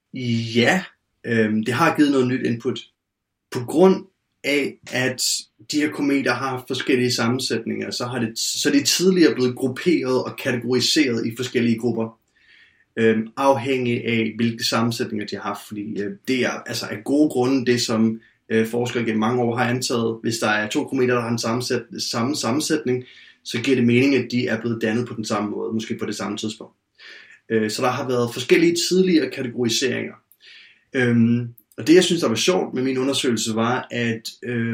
Ja, øh, det har givet noget nyt input. På grund af, at de her kometer har forskellige sammensætninger, så, har det, så er de tidligere blevet grupperet og kategoriseret i forskellige grupper, øh, afhængig af, hvilke sammensætninger de har haft. Fordi øh, det er altså af gode grunde det, som øh, forskere gennem mange år har antaget. Hvis der er to kometer, der har en sammensæt, samme sammensætning, så giver det mening, at de er blevet dannet på den samme måde, måske på det samme tidspunkt. Øh, så der har været forskellige tidligere kategoriseringer. Øh, Og det, jeg synes, der var sjovt med min undersøgelse, var, at øh,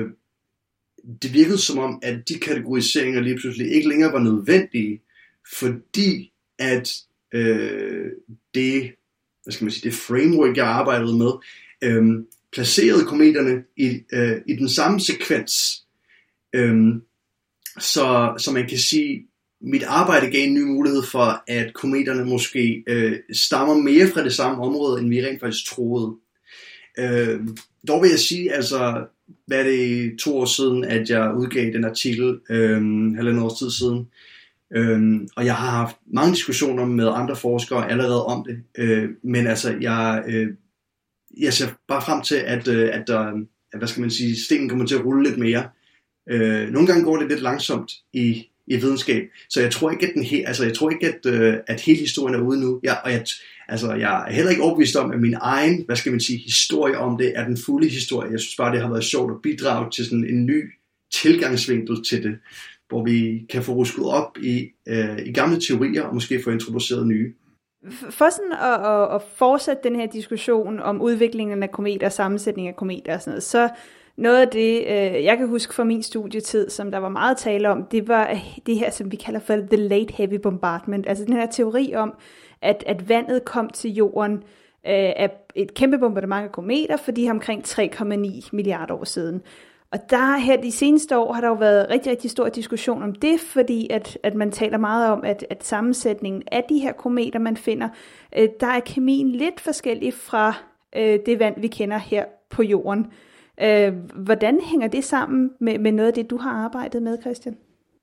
det virkede som om, at de kategoriseringer lige pludselig ikke længere var nødvendige, fordi at øh, det, hvad skal man sige, det framework, jeg arbejdede med, øh, placerede kometerne i, øh, i den samme sekvens. Øh, så, så man kan sige, mit arbejde gav en ny mulighed for, at kometerne måske øh, stammer mere fra det samme område, end vi rent faktisk troede. Øh, dog vil jeg sige, altså, hvad er det to år siden, at jeg udgav den artikel, øh, halvandet års tid siden, øh, og jeg har haft mange diskussioner med andre forskere allerede om det, øh, men altså, jeg, øh, jeg ser bare frem til, at, øh, at der, at, hvad skal man sige, stenen kommer til at rulle lidt mere. Øh, nogle gange går det lidt langsomt i, i videnskab, så jeg tror ikke, at, den he- altså, jeg tror ikke, at, øh, at hele historien er ude nu, ja, og jeg Altså, jeg er heller ikke overbevist om, at min egen, hvad skal man sige, historie om det er den fulde historie. Jeg synes bare, det har været sjovt at bidrage til sådan en ny tilgangsvinkel til det, hvor vi kan få rusket op i, øh, i gamle teorier og måske få introduceret nye. for sådan at, at, at fortsætte den her diskussion om udviklingen af kometer, sammensætning af kometer og sådan noget, så noget af det, øh, jeg kan huske fra min studietid, som der var meget tale om, det var det her, som vi kalder for the late heavy bombardment, altså den her teori om, at, at vandet kom til jorden øh, af et kæmpe bombardement af kometer, for de har omkring tre komma ni milliarder år siden. Og der her de seneste år har der jo været rigtig, rigtig stor diskussion om det, fordi at, at man taler meget om, at, at sammensætningen af de her kometer, man finder, øh, der er kemien lidt forskellig fra øh, det vand, vi kender her på jorden. Øh, hvordan hænger det sammen med, med noget af det, du har arbejdet med, Christian?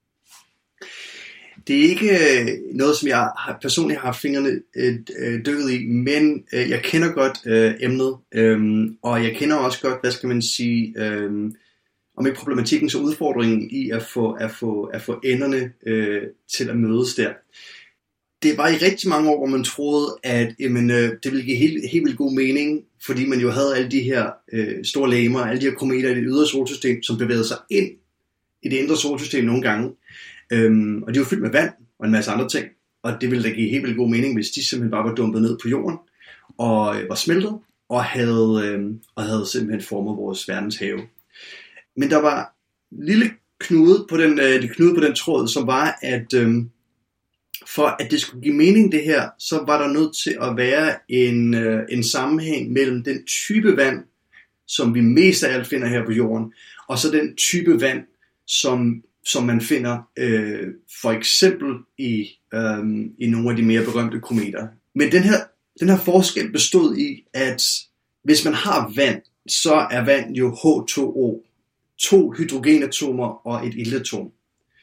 Det er ikke noget, som jeg har, personligt har fingrene øh, dykket i, men øh, jeg kender godt øh, emnet, øh, og jeg kender også godt, hvad skal man sige, øh, om ikke problematikken, så udfordringen i at få, at få, at få enderne øh, til at mødes der. Det var i rigtig mange år, hvor man troede, at jamen, øh, det ville give helt, helt vildt god mening, fordi man jo havde alle de her øh, store legemer, alle de her kometer i det ydre solsystem, som bevægede sig ind i det indre solsystem nogle gange. Øhm, og de var fyldt med vand og en masse andre ting, og det ville da give helt vildt god mening, hvis de simpelthen bare var dumpet ned på jorden, og øh, var smeltet, og havde, øh, og havde simpelthen formet vores verdenshave. Men der var en lille knude på den, øh, knude på den tråd, som var, at øh, for at det skulle give mening det her, så var der nødt til at være en, øh, en sammenhæng mellem den type vand, som vi mest af alt finder her på jorden, og så den type vand, som, som man finder øh, for eksempel i, øh, i nogle af de mere berømte kometer. Men den her, den her forskel bestod i, at hvis man har vand, så er vand jo H to O, to hydrogenatomer og et iltatom.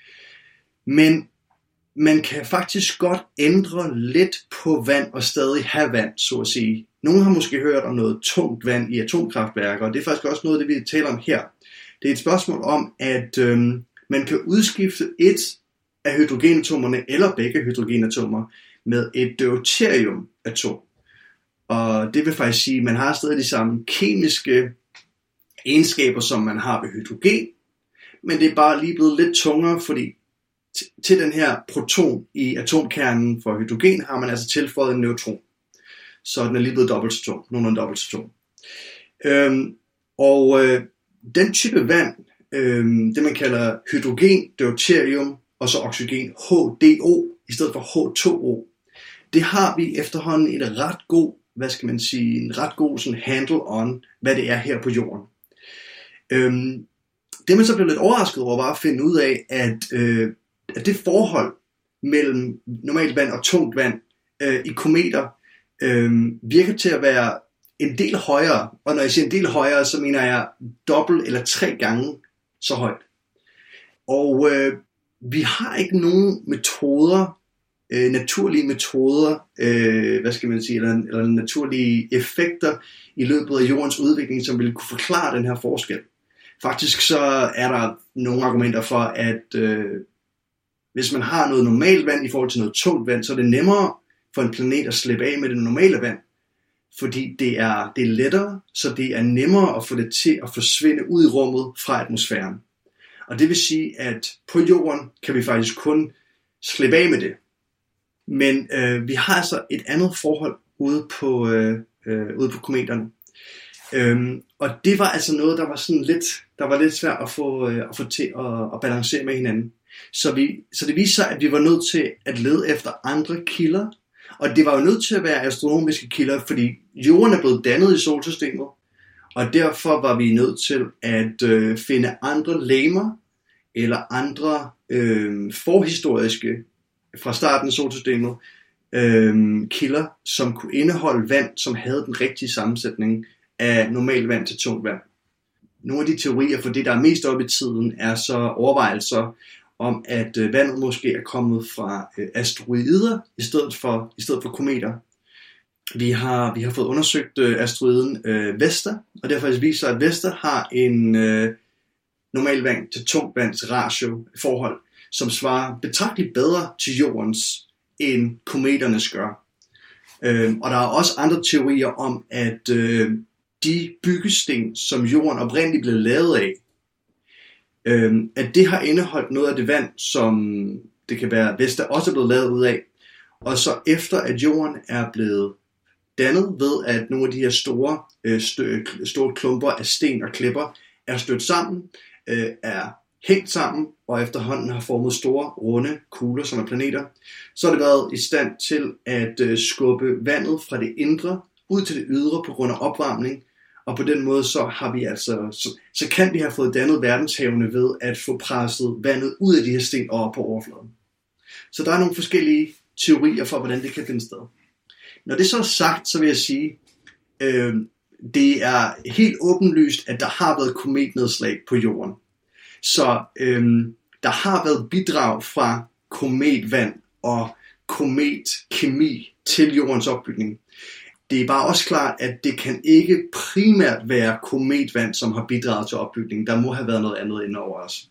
Men man kan faktisk godt ændre lidt på vand og stadig have vand, så at sige. Nogle har måske hørt om noget tungt vand i atomkraftværker, og det er faktisk også noget, det vi taler om her. Det er et spørgsmål om, at øhm, man kan udskifte et af hydrogenatomerne, eller begge hydrogenatomer, med et deuteriumatom. Og det vil faktisk sige, at man har stadig de samme kemiske egenskaber, som man har ved hydrogen, men det er bare lige blevet lidt tungere, fordi til den her proton i atomkernen for hydrogen har man altså tilføjet en neutron. Så den er lige blevet dobbelt så tung, nogenlunde dobbelt så tung. Øhm, og øh, den type vand, øh, det man kalder hydrogen, deuterium og så oxygen, H D O i stedet for H to O, det har vi efterhånden et ret god, hvad skal man sige, en ret god sådan handle on, hvad det er her på jorden. Øhm, det man så blev lidt overrasket over, var at finde ud af, at øh, at det forhold mellem normalt vand og tungt vand øh, i kometer øh, virker til at være en del højere. Og når jeg siger en del højere, så mener jeg dobbelt eller tre gange så højt. Og øh, vi har ikke nogen metoder, øh, naturlige metoder, øh, hvad skal man sige, eller, eller naturlige effekter i løbet af jordens udvikling, som ville kunne forklare den her forskel. Faktisk så er der nogle argumenter for, at øh, hvis man har noget normalt vand i forhold til noget tungt vand, så er det nemmere for en planet at slippe af med det normale vand. Fordi det er, det er lettere, så det er nemmere at få det til at forsvinde ud i rummet fra atmosfæren. Og det vil sige, at på jorden kan vi faktisk kun slippe af med det. Men øh, vi har altså et andet forhold ude på, øh, øh, ude på kometerne. Øhm, og det var altså noget, der var sådan lidt, der var lidt svært at få, øh, at få til at, at balancere med hinanden. Så, vi, så det viste sig, at vi var nødt til at lede efter andre kilder. Og det var jo nødt til at være astronomiske kilder, fordi jorden er blevet dannet i solsystemet. Og derfor var vi nødt til at øh, finde andre legemer, eller andre øh, forhistoriske, fra starten af solsystemet, øh, kilder, som kunne indeholde vand, som havde den rigtige sammensætning af normalt vand til tungt vand. Nogle af de teorier for det, der er mest oppe i tiden, er så overvejelser om, at øh, vandet måske er kommet fra øh, asteroider i stedet for, i stedet for kometer. Vi har, vi har fået undersøgt øh, asteroiden øh, Vesta, og derfor viser sig, at Vesta har en øh, normal vand til tungt vands ratio forhold, som svarer betragteligt bedre til jordens, end kometernes gør. Øh, og der er også andre teorier om, at øh, de byggesten, som jorden oprindeligt blev lavet af, Øhm, at det har indeholdt noget af det vand, som det kan være Vesta også er blevet lavet ud af. og så efter at jorden er blevet dannet ved, at nogle af de her store, øh, stø- store klumper af sten og klipper er stødt sammen, øh, er hængt sammen, og efterhånden har formet store, runde kugler, som er planeter, så har det været i stand til at øh, skubbe vandet fra det indre ud til det ydre på grund af opvarmning, og på den måde så har vi altså, så, så kan vi have fået dannet verdenshavene ved at få presset vandet ud af de her sten over på overfladen. Så der er nogle forskellige teorier for, hvordan det kan finde sted. Når det så er sagt, så vil jeg sige, øh, det er helt åbenlyst, at der har været kometnedslag på jorden. Så øh, der har været bidrag fra kometvand og kometkemi til jordens opbygning. Det er bare også klart, at det kan ikke primært være kometvand, som har bidraget til opbygningen. Der må have været noget andet ind over os.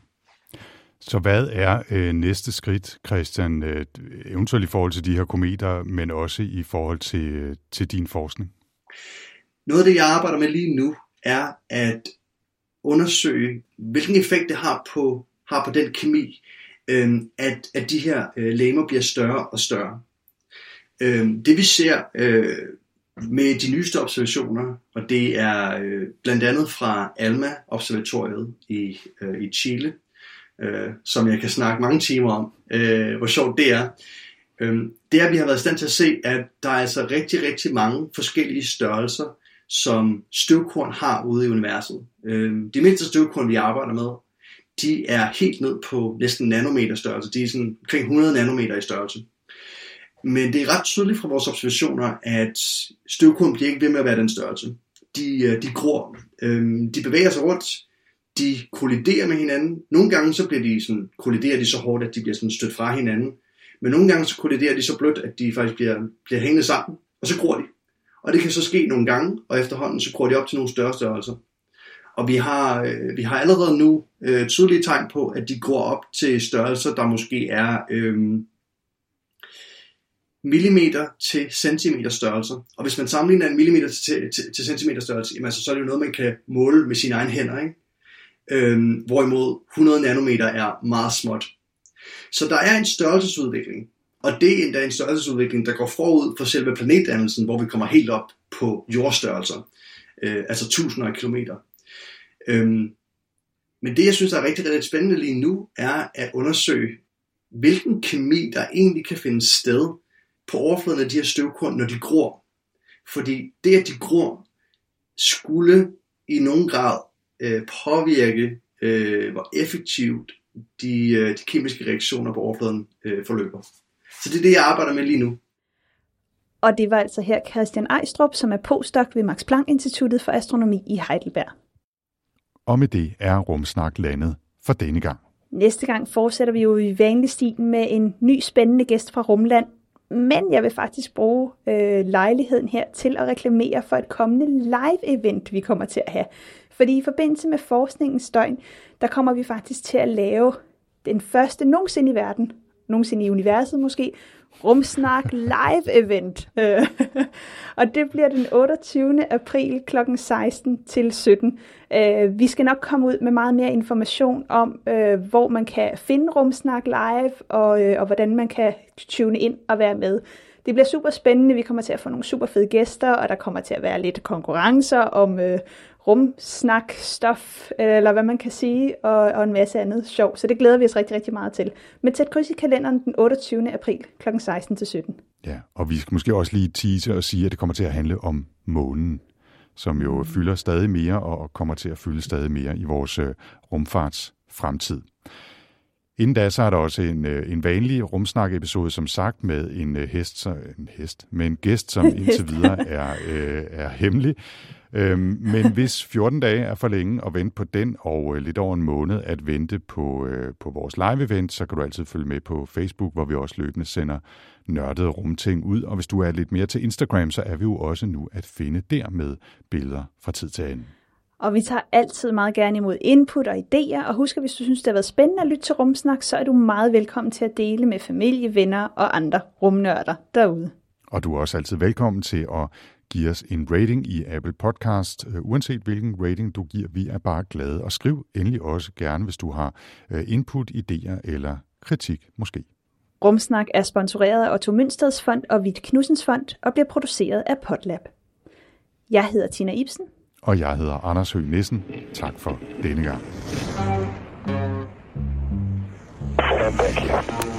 Så hvad er øh, næste skridt, Christian, øh, eventuelt i forhold til de her kometer, men også i forhold til, øh, til din forskning? Noget af det, jeg arbejder med lige nu, er at undersøge, hvilken effekt det har på, har på den kemi, øh, at, at de her øh, legemer bliver større og større. Øh, det vi ser øh, med de nyeste observationer, og det er øh, blandt andet fra ALMA-observatoriet i, øh, i Chile, øh, som jeg kan snakke mange timer om, øh, hvor sjovt det er, øh, det er, at vi har været i stand til at se, at der er altså rigtig, rigtig mange forskellige størrelser, som støvkorn har ude i universet. Øh, de mindste støvkorn, vi arbejder med, de er helt ned på næsten nanometer størrelse. De er sådan omkring hundrede nanometer i størrelse. Men det er ret tydeligt fra vores observationer, at støvkorn bliver ikke ved med at være den størrelse. De, de gror, øhm, de bevæger sig rundt, de kolliderer med hinanden. Nogle gange så bliver de sådan, kolliderer de så hårdt, at de bliver sådan stødt fra hinanden. Men nogle gange så kolliderer de så blødt, at de faktisk bliver, bliver hængende sammen, og så gror de. Og det kan så ske nogle gange, og efterhånden så gror de op til nogle større størrelser. Og vi har, øh, vi har allerede nu øh, tydelige tegn på, at de gror op til størrelser, der måske er øh, millimeter til centimeter størrelser. Og hvis man sammenligner en millimeter til, til, til centimeter størrelse, jamen, altså, så er det jo noget, man kan måle med sine egne hænder, ikke? Øh, hvorimod hundrede nanometer er meget småt. Så der er en størrelsesudvikling. Og det er endda en størrelsesudvikling, der går forud for selve planetdannelsen, hvor vi kommer helt op på jordstørrelser. Øh, altså tusinder af kilometer. Øhm, men det, jeg synes, der er rigtig, rigtig spændende lige nu, er at undersøge, hvilken kemi, der egentlig kan finde sted på overfladen af de her støvkorn, når de gror. Fordi det, at de gror, skulle i nogen grad øh, påvirke, øh, hvor effektivt de, øh, de kemiske reaktioner på overfladen øh, forløber. Så det er det, jeg arbejder med lige nu. Og det var altså her Christian Ejstrup, som er postdoc ved Max Planck Instituttet for Astronomi i Heidelberg. Og med det er Rumsnak landet for denne gang. Næste gang fortsætter vi jo i vanlig stil med en ny spændende gæst fra Rumland. Men jeg vil faktisk bruge øh, lejligheden her til at reklamere for et kommende live-event, vi kommer til at have. Fordi i forbindelse med forskningens døgn, der kommer vi faktisk til at lave den første nogensinde i verden, nogensinde i universet måske, Rumsnak live-event. Og det bliver den otteogtyvende april klokken seksten til sytten. Vi skal nok komme ud med meget mere information om, hvor man kan finde Rumsnak live, og, og hvordan man kan tune ind og være med. Det bliver super spændende. Vi kommer til at få nogle super fede gæster, og der kommer til at være lidt konkurrencer om øh, rumsnak, stof, eller hvad man kan sige, og, og en masse andet sjov. Så det glæder vi os rigtig, rigtig meget til. Men tæt kryds i kalenderen den otteogtyvende april klokken seksten til sytten. Ja, og vi skal måske også lige tease og sige, at det kommer til at handle om månen, som jo fylder stadig mere og kommer til at fylde stadig mere i vores øh, rumfartsfremtid. Inden da, så er der også en, en vanlig rumsnak-episode, som sagt, med en hest, en hest, med en gæst, som indtil videre er, øh, er hemmelig. Øhm, men hvis fjorten dage er for længe at vente på den, og øh, lidt over en måned at vente på, øh, på vores live-event, så kan du altid følge med på Facebook, hvor vi også løbende sender nørdede rumting ud. Og hvis du er lidt mere til Instagram, så er vi jo også nu at finde der med billeder fra tid til anden. Og vi tager altid meget gerne imod input og idéer, og husk, at hvis du synes, det har været spændende at lytte til Rumsnak, så er du meget velkommen til at dele med familie, venner og andre rumnørder derude. Og du er også altid velkommen til at give os en rating i Apple Podcast. Uanset hvilken rating du giver, vi er bare glade. Og skriv endelig også gerne, hvis du har input, idéer eller kritik måske. Rumsnak er sponsoreret af Otto Mønsteds Fond og Vit Knudsens Fond og bliver produceret af Podlab. Jeg hedder Tina Ibsen. Og jeg hedder Anders Høgh Nissen. Tak for denne gang. And thank you.